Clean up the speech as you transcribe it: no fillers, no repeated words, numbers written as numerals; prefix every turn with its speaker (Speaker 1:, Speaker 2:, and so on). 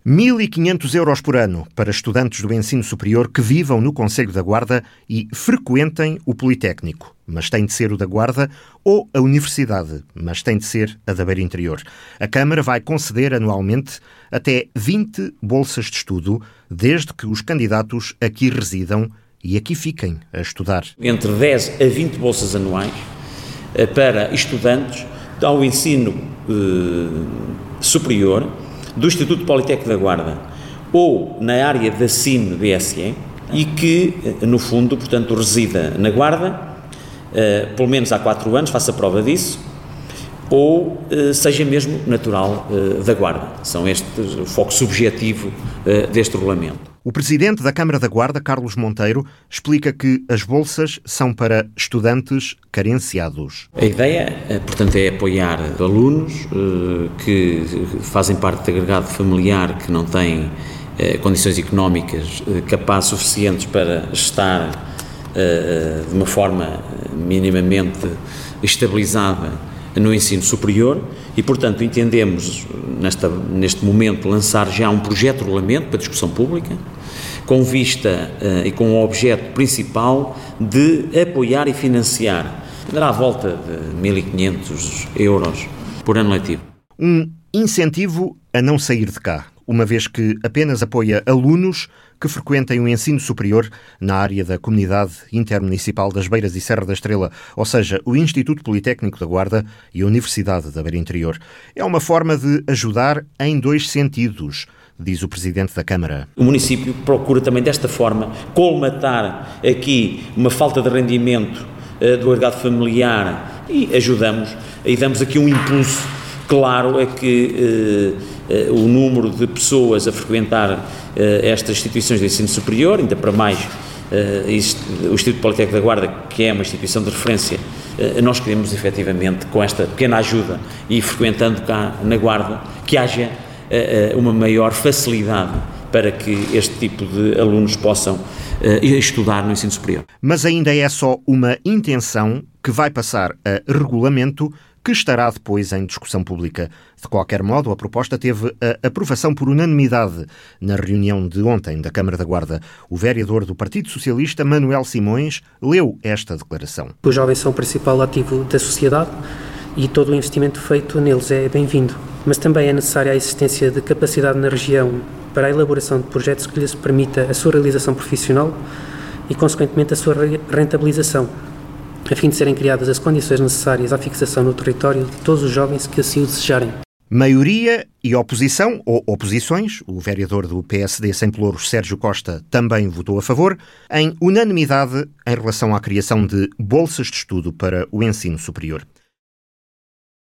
Speaker 1: 1.500 € por ano para estudantes do ensino superior que vivam no Concelho da Guarda e frequentem o Politécnico. Mas tem de ser o da Guarda, ou a Universidade, mas tem de ser a da Beira Interior. A Câmara vai conceder anualmente até 20 bolsas de estudo, desde que os candidatos aqui residam e aqui fiquem a estudar.
Speaker 2: Entre 10 a 20 bolsas anuais para estudantes ao ensino superior do Instituto Politécnico da Guarda ou na área da SIN-BSE e que, no fundo, portanto, resida na Guarda, pelo menos há 4 anos, faça prova disso, ou seja mesmo natural da Guarda. São estes o foco subjetivo deste regulamento.
Speaker 1: O presidente da Câmara da Guarda, Carlos Monteiro, explica que as bolsas são para estudantes carenciados.
Speaker 2: A ideia, portanto, é apoiar alunos que fazem parte de agregado familiar, que não têm condições económicas capazes suficientes para estar de uma forma minimamente estabilizada no ensino superior e, portanto, entendemos neste momento lançar já um projeto de regulamento para discussão pública com vista e com o objeto principal de apoiar e financiar, andará à volta de 1.500 € por ano letivo.
Speaker 1: Um incentivo a não sair de cá, uma vez que apenas apoia alunos que frequentem o ensino superior na área da Comunidade Intermunicipal das Beiras e Serra da Estrela, ou seja, o Instituto Politécnico da Guarda e a Universidade da Beira Interior. É uma forma de ajudar em 2 sentidos, diz o Presidente da Câmara.
Speaker 2: O município procura também desta forma colmatar aqui uma falta de rendimento do agregado familiar e ajudamos e damos aqui um impulso claro a que o número de pessoas a frequentar estas instituições de ensino superior, ainda para mais o Instituto Politécnico da Guarda, que é uma instituição de referência, nós queremos efetivamente, com esta pequena ajuda e frequentando cá na Guarda, que haja uma maior facilidade para que este tipo de alunos possam estudar no ensino superior.
Speaker 1: Mas ainda é só uma intenção que vai passar a regulamento, que estará depois em discussão pública. De qualquer modo, a proposta teve a aprovação por unanimidade na reunião de ontem da Câmara da Guarda. O vereador do Partido Socialista, Manuel Simões, leu esta declaração.
Speaker 3: Os jovens são o principal ativo da sociedade e todo o investimento feito neles é bem-vindo. Mas também é necessária a existência de capacidade na região para a elaboração de projetos que lhes permita a sua realização profissional e, consequentemente, a sua rentabilização, a fim de serem criadas as condições necessárias à fixação no território de todos os jovens que assim o desejarem.
Speaker 1: Maioria e oposição, ou oposições, o vereador do PSD Sem Pelouros, Sérgio Costa, também votou a favor, em unanimidade em relação à criação de bolsas de estudo para o ensino superior.